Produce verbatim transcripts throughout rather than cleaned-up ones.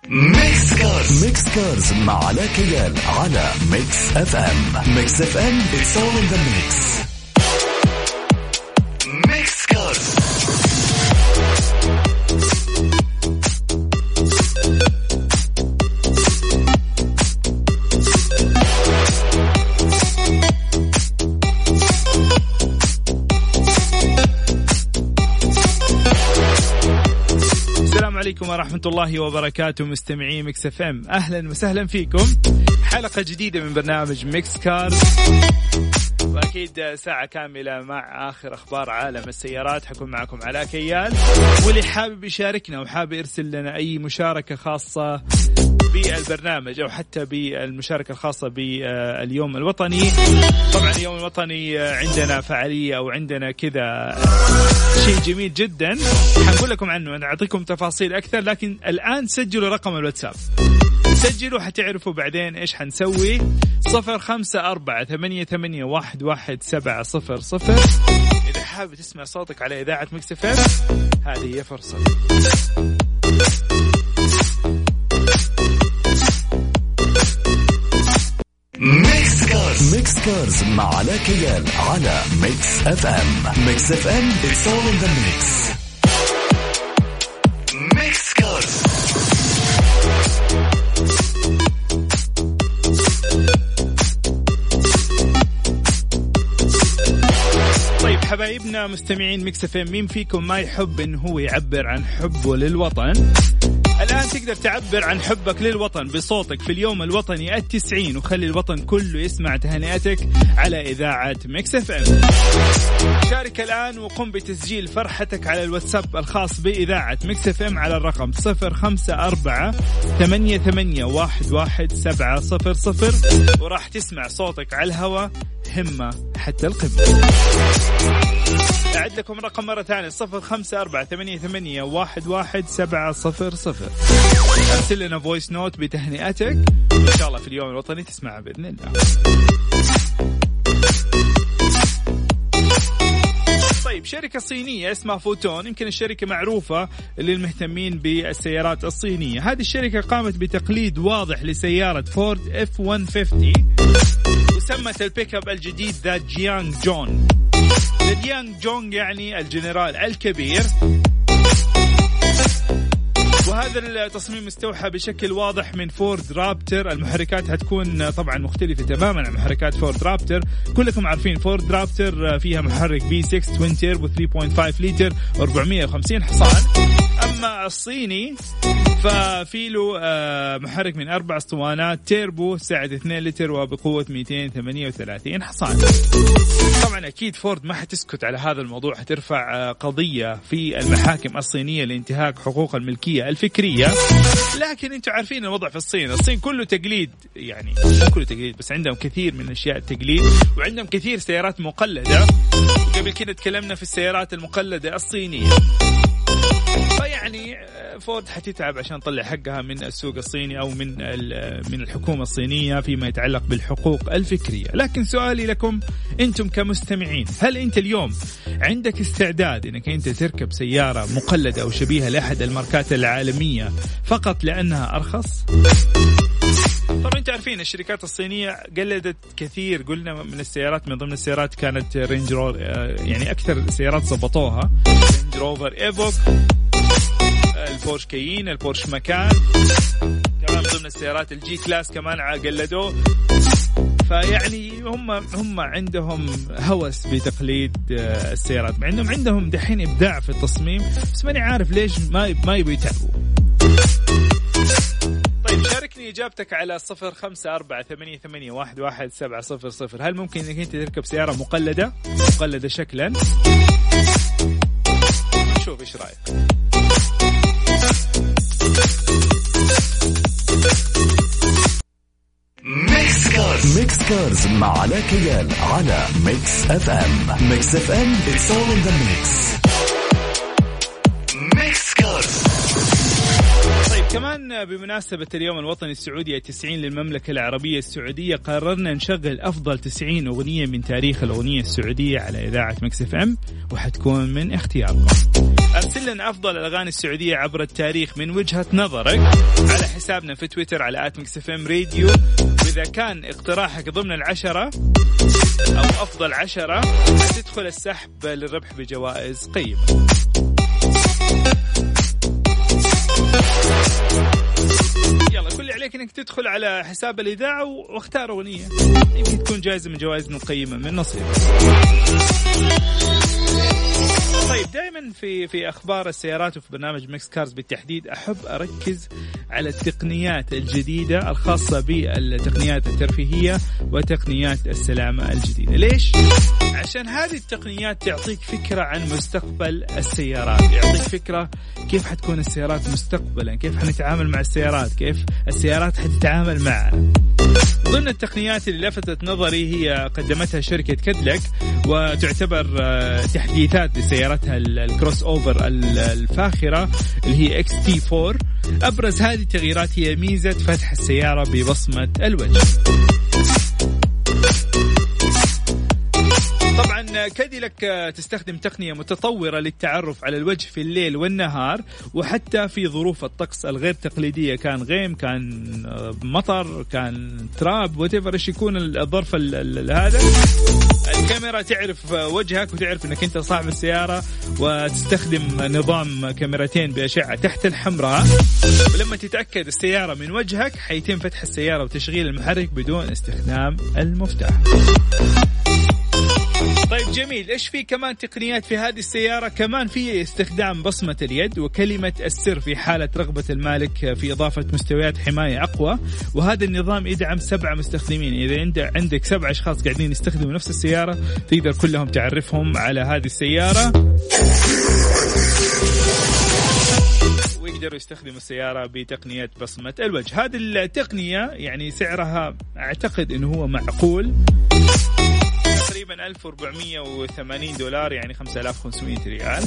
ميكس كارز. ميكس كارز مع علاء كيال على ميكس اف ام. ميكس اف ام it's all in the mix. ميكس كارز. عليكم ورحمة الله وبركاته مستمعين ميكس اف ام، أهلا وسهلا فيكم. حلقة جديدة من برنامج ميكس كارز، وأكيد ساعة كاملة مع آخر أخبار عالم السيارات. حكون معكم علاء كيال، واللي حابب يشاركنا وحابب يرسل لنا أي مشاركة خاصة بالبرنامج أو حتى بالمشاركة الخاصة باليوم الوطني. طبعا اليوم الوطني عندنا فعالية أو عندنا كذا شيء جميل جدا حنقول لكم عنه، أنا أعطيكم تفاصيل أكثر، لكن الآن سجلوا رقم الواتساب، سجلوا حتعرفوا بعدين إيش حنسوي. صفر خمسة أربعة ثمانية ثمانية واحد واحد سبعة صفر صفر. إذا حابب تسمع صوتك على إذاعة ميكس اف ام هذه هي فرصة. ميكس كارز. ميكس كارز مع علاء كيال على ميكس اف ام. ميكس اف ام it's all in the mix. ميكس كارز. طيب حبايبنا مستمعين ميكس اف ام، مين فيكم ما يحب إن هو يعبر عن حبه للوطن؟ الآن تقدر تعبر عن حبك للوطن بصوتك في اليوم الوطني التسعين، وخلي الوطن كله يسمع تهنئتك على إذاعة ميكس اف ام. شارك الآن وقم بتسجيل فرحتك على الواتساب الخاص بإذاعة ميكس اف ام على الرقم صفر خمسة أربعة ثمانية ثمانية واحد واحد سبعة صفر صفر، وراح تسمع صوتك على الهواء. همة حتى القمة. أعد لكم رقم مرة ثانية صفر خمسة أربعة ثمانية ثمانية واحد واحد سبعة صفر صفر. أرسل لنا فويس نوت بتهنئتك، إن شاء الله في اليوم الوطني تسمعها بإذن الله. طيب شركة صينية اسمها فوتون، يمكن الشركة معروفة للمهتمين بالسيارات الصينية. هذه الشركة قامت بتقليد واضح لسيارة فورد اف مئة وخمسين، وسمت البيك اب الجديد ذا جيانغ جون. جيانغ جون يعني الجنرال الكبير، وهذا التصميم مستوحى بشكل واضح من فورد رابتر. المحركات هتكون طبعا مختلفة تماما عن محركات فورد رابتر. كلكم عارفين فورد رابتر فيها محرك في ستة توين تيربو ثلاثة فاصلة خمسة لتر أربعمية وخمسين حصان. أما الصيني ففي له محرك من أربع اسطوانات تيربو سعة اثنين لتر وبقوة مئتين وثمانية وثلاثين حصان. طبعا أكيد فورد ما حتسكت على هذا الموضوع، حترفع قضية في المحاكم الصينية لانتهاك حقوق الملكية الفكرية. لكن انتم عارفين الوضع في الصين، الصين كله تقليد، يعني مو كله تقليد بس عندهم كثير من الأشياء التقليد، وعندهم كثير سيارات مقلدة. قبل كده تكلمنا في السيارات المقلدة الصينية. فيعني فورد حتتعب عشان تطلع حقها من السوق الصيني أو من من الحكومة الصينية فيما يتعلق بالحقوق الفكرية. لكن سؤالي لكم أنتم كمستمعين، هل أنت اليوم عندك استعداد أنك أنت تركب سيارة مقلدة أو شبيهة لأحد الماركات العالمية فقط لأنها أرخص؟ طبعا انت عارفين الشركات الصينية قلدت كثير، قلنا من السيارات، من ضمن السيارات كانت رينج روفر، يعني أكثر سيارات ضبطوها رينج روفر إيفوك، البورش كاين، البورش مكان، كمان ضمن السيارات الجي كلاس كمان قلدوه. فيعني هم هم عندهم هوس بتقليد السيارات، مع انهم عندهم دحين ابداع في التصميم، بس ماني عارف ليش ما ما يبي يتعبوا. طيب شاركني إجابتك على صفر خمسة أربعة ثمانية ثمانية واحد واحد سبعة صفر صفر. هل ممكن إنك أنت تركب سيارة مقلدة مقلدة شكلا؟ نشوف إيش رأيك. ميكس كارز. ميكس كارز مع علاء كيال على ميكس اف ام. ميكس اف ام it's all in the mix. ميكس كارز. طيب كمان بمناسبة اليوم الوطني السعودي التسعين للمملكة العربية السعودية، قررنا نشغل أفضل تسعين أغنية من تاريخ الأغنية السعودية على إذاعة ميكس اف ام، وحتكون من اختياركم. أرسل لنا أفضل الأغاني السعودية عبر التاريخ من وجهة نظرك على حسابنا في تويتر على آت ميكس إف إم راديو. وإذا كان اقتراحك ضمن العشرة أو أفضل عشرة تدخل السحب للربح بجوائز قيمة. يلا كل عليك انك تدخل على حساب الإذاعة واختار أغنية يمكن تكون جائزة من جوائزنا القيمة من نصيب. طيب دائما في في أخبار السيارات وفي برنامج ميكس كارز بالتحديد أحب أركز على التقنيات الجديدة الخاصة بالتقنيات الترفيهية وتقنيات السلامة الجديدة. ليش؟ عشان هذه التقنيات تعطيك فكرة عن مستقبل السيارات، يعطيك فكرة كيف حتكون السيارات مستقبلا، كيف حنتعامل مع السيارات، كيف السيارات حتتعامل معنا. ضمن التقنيات اللي لفتت نظري هي قدمتها شركة كاديلاك وتعتبر تحديثات لسيارتها الكروس أوفر الفاخرة اللي هي إكس تي فور. أبرز هذه التغييرات هي ميزة فتح السيارة ببصمة الوجه. طبعا كاديلاك تستخدم تقنية متطورة للتعرف على الوجه في الليل والنهار وحتى في ظروف الطقس الغير تقليدية، كان غيم، كان مطر، كان تراب، وتفر ايش يكون الظرف هذا، الكاميرا تعرف وجهك وتعرف انك انت صاحب السيارة وتستخدم نظام كاميرتين بأشعة تحت الحمراء. ولما تتأكد السيارة من وجهك حيتم فتح السيارة وتشغيل المحرك بدون استخدام المفتاح. طيب جميل، إيش في كمان تقنيات في هذه السيارة؟ كمان في استخدام بصمة اليد وكلمة السر في حالة رغبة المالك في إضافة مستويات حماية أقوى، وهذا النظام يدعم سبعة مستخدمين. إذا عندك سبع أشخاص قاعدين يستخدموا نفس السيارة تقدر كلهم تعرفهم على هذه السيارة ويقدروا يستخدموا السيارة بتقنية بصمة الوجه. هذه التقنية يعني سعرها أعتقد إنه هو معقول، تقريبا ألف وأربعمية وثمانين دولار يعني خمسة آلاف وخمسمية ريال.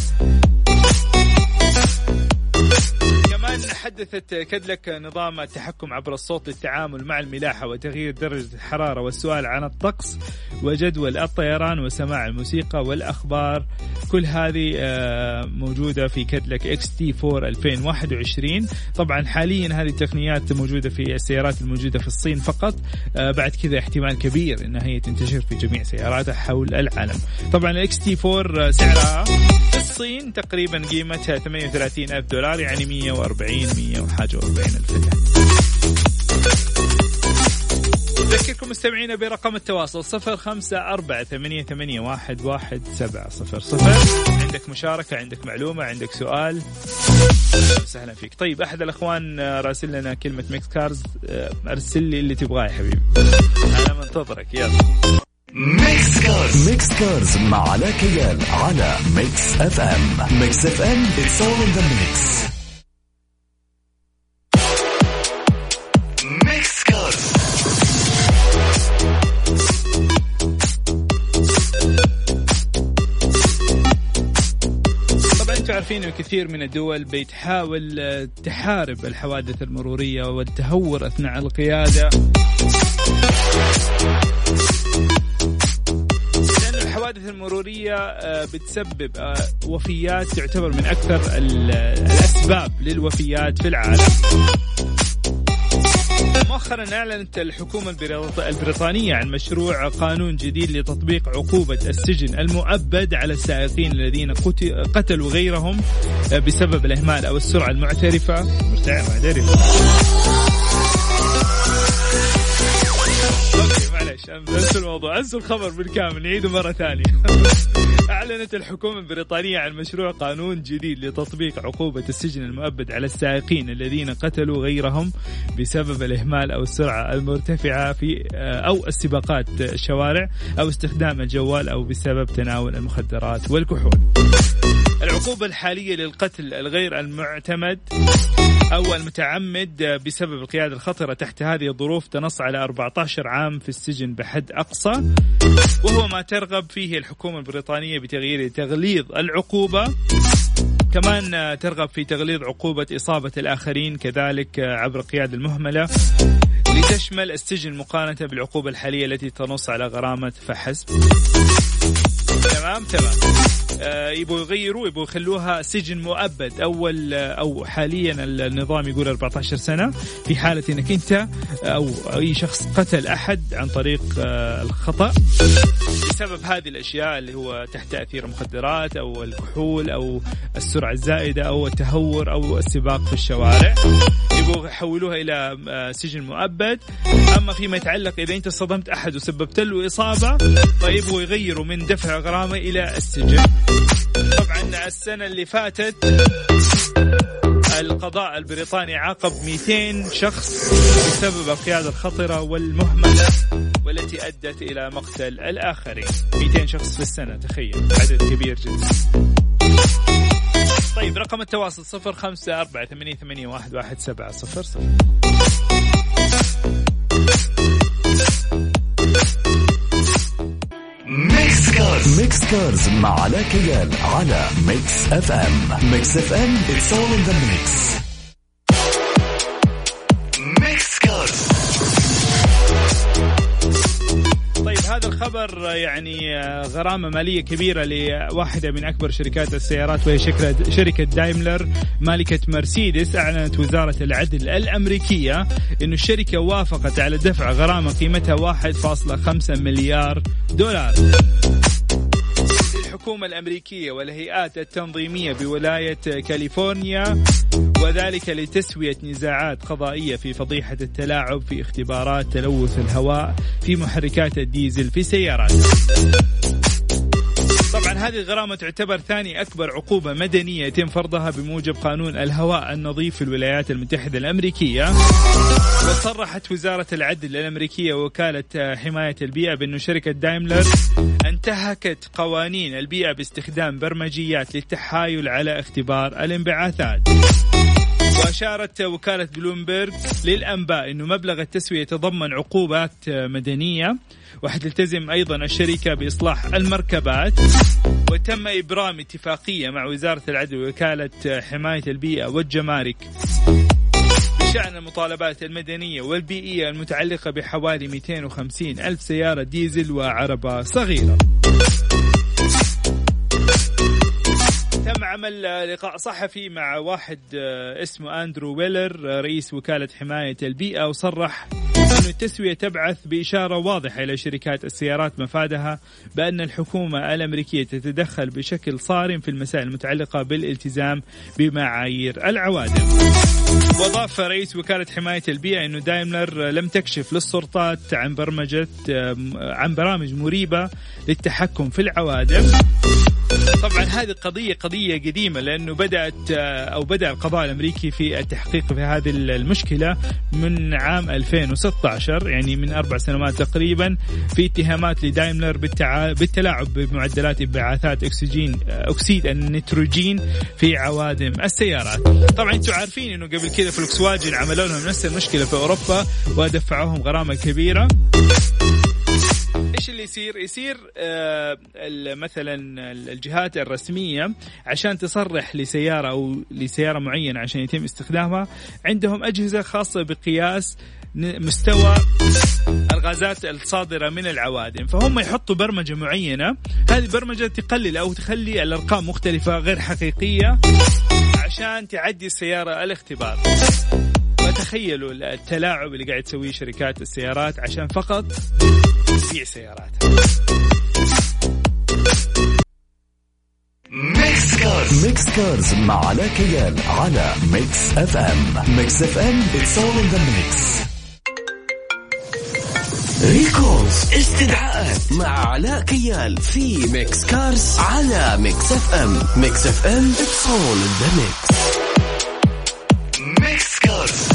كمان حدثت كاديلاك نظام التحكم عبر الصوت للتعامل مع الملاحة وتغيير درجة الحرارة والسؤال عن الطقس وجدول الطيران وسماع الموسيقى والأخبار. كل هذه موجودة في كاديلاك إكس تي فور ألفين وواحد وعشرين. طبعا حاليا هذه التقنيات موجودة في السيارات الموجودة في الصين فقط، بعد كذا احتمال كبير أنها هي تنتشر في جميع سياراتها حول العالم. طبعا الإكس تي فور سعرها في الصين تقريبا قيمتها ثمانية وثلاثين ألف دولار يعني مية وأربعين مية وحاجة وأربعين ألف. أذكركم مستمعين برقم التواصل صفر خمسة أربعة ثمانية ثمانية واحد واحد سبعة صفر صفر. عندك مشاركة، عندك معلومة، عندك سؤال، سهلا فيك. طيب أحد الأخوان راسل لنا كلمة ميكس كارز، أرسل لي اللي تبغاه يا حبيبي، أنا منتظرك. يلا ميكس كارز. ميكس كارز مع علاء كيال على ميكس اف ام. ميكس اف ام it's all in the mix. ميكس كارز. طبعا انتم عارفين انه كثير من الدول بتحاول تحارب الحوادث المرورية والتهور اثناء القيادة، الحوادث المرورية بتسبب وفيات تعتبر من أكثر الأسباب للوفيات في العالم. مؤخرا أعلنت الحكومة البريطانية عن مشروع قانون جديد لتطبيق عقوبة السجن المؤبد على السائقين الذين قتلوا غيرهم بسبب الإهمال أو السرعة المعترفة معترفة معلش أنسوا الموضوع، أنسوا الخبر بالكامل، نعيده مرة ثانية. أعلنت الحكومة البريطانية عن مشروع قانون جديد لتطبيق عقوبة السجن المؤبد على السائقين الذين قتلوا غيرهم بسبب الإهمال أو السرعة المرتفعة في أو السباقات الشوارع أو استخدام الجوال أو بسبب تناول المخدرات والكحول. العقوبة الحالية للقتل الغير المعتمد أو المتعمد بسبب القيادة الخطرة تحت هذه الظروف تنص على أربعة عشر عام في السجن بحد أقصى، وهو ما ترغب فيه الحكومة البريطانية بتغيير تغليظ العقوبة. كمان ترغب في تغليظ عقوبة إصابة الآخرين كذلك عبر القيادة المهملة لتشمل السجن مقارنة بالعقوبة الحالية التي تنص على غرامة فحسب. تمام تمام يبغوا يغيروا، يبغوا يخلوها سجن مؤبد. أول أو حاليا النظام يقول أربعة عشر سنة في حالة أنك أنت أو أي شخص قتل أحد عن طريق الخطأ بسبب هذه الأشياء اللي هو تحت تأثير المخدرات أو الكحول أو السرعة الزائدة أو التهور أو السباق في الشوارع. يبغوا يحولوها إلى سجن مؤبد. أما فيما يتعلق إذا أنت صدمت أحد وسببت له إصابة فيبغوا يغيروا من دفع غرامة إلى السجن. طبعا السنة اللي فاتت القضاء البريطاني عاقب مئتين شخص بسبب القيادة الخطرة والمهملة والتي أدت إلى مقتل الآخرين. مئتين شخص في السنة، تخيل عدد كبير جدا. طيب رقم التواصل صفر خمسة أربعة ثمانية ثمانية واحد واحد سبعة صفر صفر. ميكس كارز ميكس كارز مع علاء كيال على ميكس اف ام. ميكس اف ام it's all in the mix. ميكس كارز. طيب هذا الخبر يعني غرامة مالية كبيرة لواحدة من أكبر شركات السيارات وهي شركة دايملر مالكة مرسيدس. أعلنت وزارة العدل الأمريكية إنه الشركة وافقت على دفع غرامة قيمتها واحد فاصلة خمسة مليار دولار الحكومة الأمريكية والهيئات التنظيمية بولاية كاليفورنيا، وذلك لتسوية نزاعات قضائية في فضيحة التلاعب في اختبارات تلوث الهواء في محركات الديزل في سيارات. طبعا هذه الغرامة تعتبر ثاني أكبر عقوبة مدنية يتم فرضها بموجب قانون الهواء النظيف في الولايات المتحدة الأمريكية. وصرحت وزارة العدل الأمريكية ووكالة حماية البيئة بأن شركة دايملر انتهكت قوانين البيئة باستخدام برمجيات للتحايل على اختبار الانبعاثات. وأشارت وكالة بلومبرغ للأنباء أنه مبلغ التسوية يتضمن عقوبات مدنية، وحتلتزم أيضا الشركة بإصلاح المركبات. وتم إبرام اتفاقية مع وزارة العدل ووكالة حماية البيئة والجمارك بشأن المطالبات المدنية والبيئية المتعلقة بحوالي مئتين وخمسين ألف سيارة ديزل وعربة صغيرة. تم عمل لقاء صحفي مع واحد اسمه أندرو ويلر رئيس وكالة حماية البيئة، وصرح أن التسوية تبعث بإشارة واضحة إلى شركات السيارات مفادها بأن الحكومة الأمريكية تتدخل بشكل صارم في المسائل المتعلقة بالالتزام بمعايير العوادم. وضاف رئيس وكالة حماية البيئة أنه دايملر لم تكشف للسلطات عن برمجة عن برامج مريبة للتحكم في العوادم. طبعا هذه قضية قضية قديمة، لأنه بدأت أو بدأ القضاء الأمريكي في التحقيق في هذه المشكلة من عام ألفين وستة عشر، يعني من أربع سنوات تقريبا، في اتهامات لدايملر بالتع... بالتلاعب بمعدلات انبعاثات أكسجين أكسيد النيتروجين في عوادم السيارات. طبعا أنتم عارفين أنه قبل كده فولكس واجن عملوا لهم نفس المشكلة في أوروبا ودفعوهم غرامة كبيرة. إيش اللي يصير؟ يصير آه مثلا الجهات الرسمية عشان تصرح لسيارة أو لسيارة معينة عشان يتم استخدامها، عندهم أجهزة خاصة بقياس مستوى الغازات الصادرة من العوادم، فهم يحطوا برمجة معينة. هذه البرمجة تقلل أو تخلي الأرقام مختلفة غير حقيقية عشان تعدي السيارة الاختبار. وتخيلوا التلاعب اللي قاعد تسويه شركات السيارات عشان فقط تبيع سيارات. ميكس كارز ميكس كارز مع علاء كيال على ميكس اف ام. ميكس اف ام it's all in the mix. ريكولز استدعاءات مع علاء كيال في ميكس كارز على ميكس اف ام. ميكس اف ام it's all in the mix. ميكس كارز.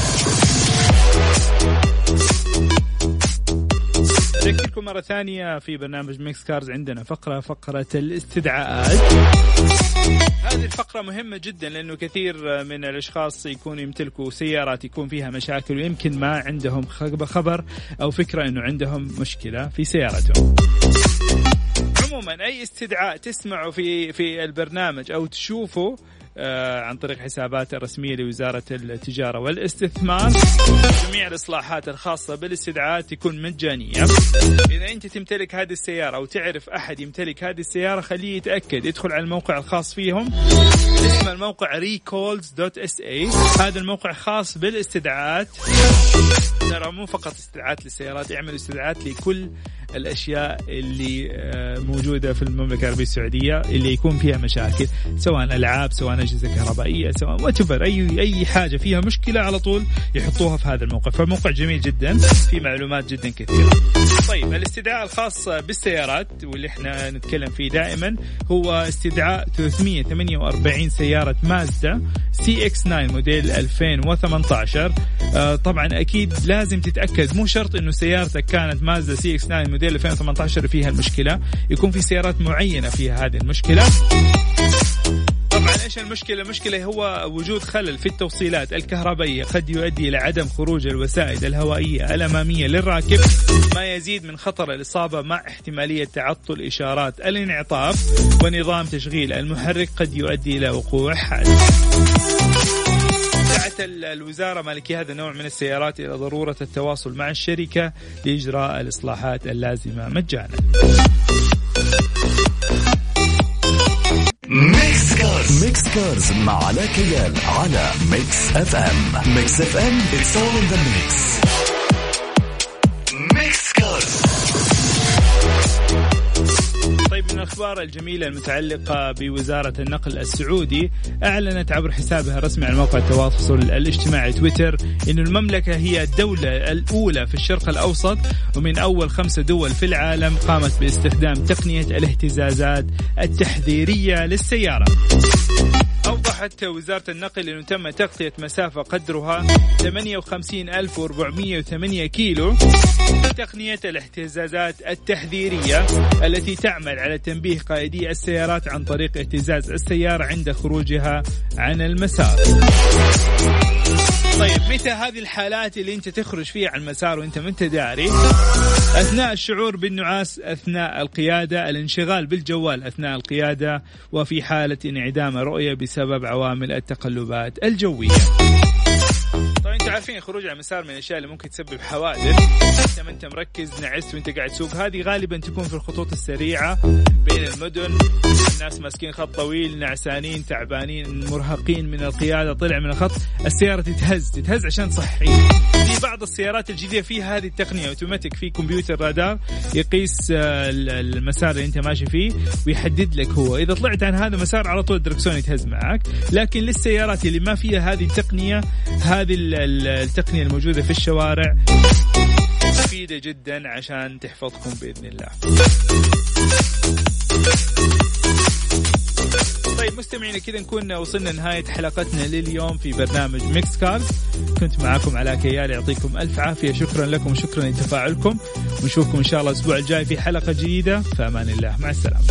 أذكركم مرة ثانية في برنامج ميكس كارز عندنا فقرة فقرة الاستدعاءات. هذه الفقرة مهمة جدا لأنه كثير من الأشخاص يكون يمتلكوا سيارات يكون فيها مشاكل ويمكن ما عندهم خبر أو فكرة أنه عندهم مشكلة في سيارتهم. عموما أي استدعاء تسمعوا في في البرنامج أو تشوفوا عن طريق حسابات الرسمية لوزارة التجارة والاستثمار. جميع الإصلاحات الخاصة بالاستدعاءات تكون مجانية. إذا أنت تمتلك هذه السيارة أو تعرف أحد يمتلك هذه السيارة خليه يتأكد، يدخل على الموقع الخاص فيهم، اسم الموقع ريكولز دوت اس اي. هذا الموقع خاص بالاستدعاءات، ترى مو فقط استدعاءات للسيارات، يعمل استدعاءات لكل الأشياء اللي موجودة في المملكة العربية السعودية اللي يكون فيها مشاكل، سواء ألعاب، سواء أجهزة كهربائية، سواء وتبر أي أي حاجة فيها مشكلة على طول يحطوها في هذا الموقع. فموقع جميل جدا، في معلومات جدا كثيرة. طيب الاستدعاء الخاص بالسيارات واللي احنا نتكلم فيه دائما هو استدعاء ثلاثمية وثمانية وأربعين سيارة مازدا سي إكس تسعة موديل ألفين وثمانية عشر. آه طبعا أكيد لازم تتأكد، مو شرط إنه سيارتك كانت مازدا سي إكس تسعة موديل ألفين وثمانية عشر فيها المشكلة، يكون في سيارات معينة فيها هذه المشكلة. طبعا ايش المشكلة؟ المشكلة هو وجود خلل في التوصيلات الكهربائية قد يؤدي إلى عدم خروج الوسائد الهوائية الأمامية للراكب، ما يزيد من خطر الإصابة مع احتمالية تعطل إشارات الانعطاف، ونظام تشغيل المحرك قد يؤدي إلى وقوع حادث. دعت الوزارة مالكي هذا النوع من السيارات إلى ضرورة التواصل مع الشركة لإجراء الإصلاحات اللازمة مجانا. ميكس كارز ميكس كارز مع علاء كيال على ميكس اف ام. ميكس اف ام it's all in the mix. ميكس كارز. طيب من الأخبار الجميلة المتعلقة بوزارة النقل السعودي، أعلنت عبر حسابها الرسمي على موقع التواصل الاجتماعي تويتر إن المملكة هي الدولة الأولى في الشرق الأوسط ومن أول خمسة دول في العالم قامت باستخدام تقنية الاهتزازات التحذيرية للسيارة. أوضحت وزارة النقل أنه تم تغطية مسافة قدرها ثمانية وخمسين ألف وأربعمية وثمانية كيلو بتقنية الاهتزازات التحذيرية التي تعمل على تنبيه قائدي السيارات عن طريق اهتزاز السيارة عند خروجها عن المسار. طيب متى هذه الحالات اللي انت تخرج فيها عن المسار وانت ما انت داري؟ اثناء الشعور بالنعاس اثناء القيادة، الانشغال بالجوال اثناء القيادة، وفي حالة انعدام الرؤية بسبب عوامل التقلبات الجوية. طيب انتوا عارفين الخروج على المسار من الاشياء اللي ممكن تسبب حوادث. انت ما انت مركز نعست وانت قاعد تسوق، هذه غالبا تكون في الخطوط السريعة بين المدن، الناس ماسكين خط طويل، نعسانين، تعبانين، مرهقين من القيادة، طلع من الخط، السيارة تتهز تتهز عشان تصحي. في بعض السيارات الجديدة فيها هذه التقنية اوتوماتيك، في كمبيوتر رادار يقيس المسار اللي انت ماشي فيه ويحدد لك هو اذا طلعت عن هذا المسار على طول الدركسون يتهز معك. لكن للسيارات اللي ما فيها هذه التقنية، هذه التقنية الموجودة في الشوارع مفيدة جدا عشان تحفظكم بإذن الله. طيب مستمعين كذا نكون وصلنا نهاية حلقتنا لليوم في برنامج ميكس كارز. كنت معاكم علاء كيال، يعطيكم ألف عافية. شكرا لكم وشكرا لتفاعلكم، ونشوفكم إن شاء الله الأسبوع الجاي في حلقة جديدة. فأمان الله، مع السلامة.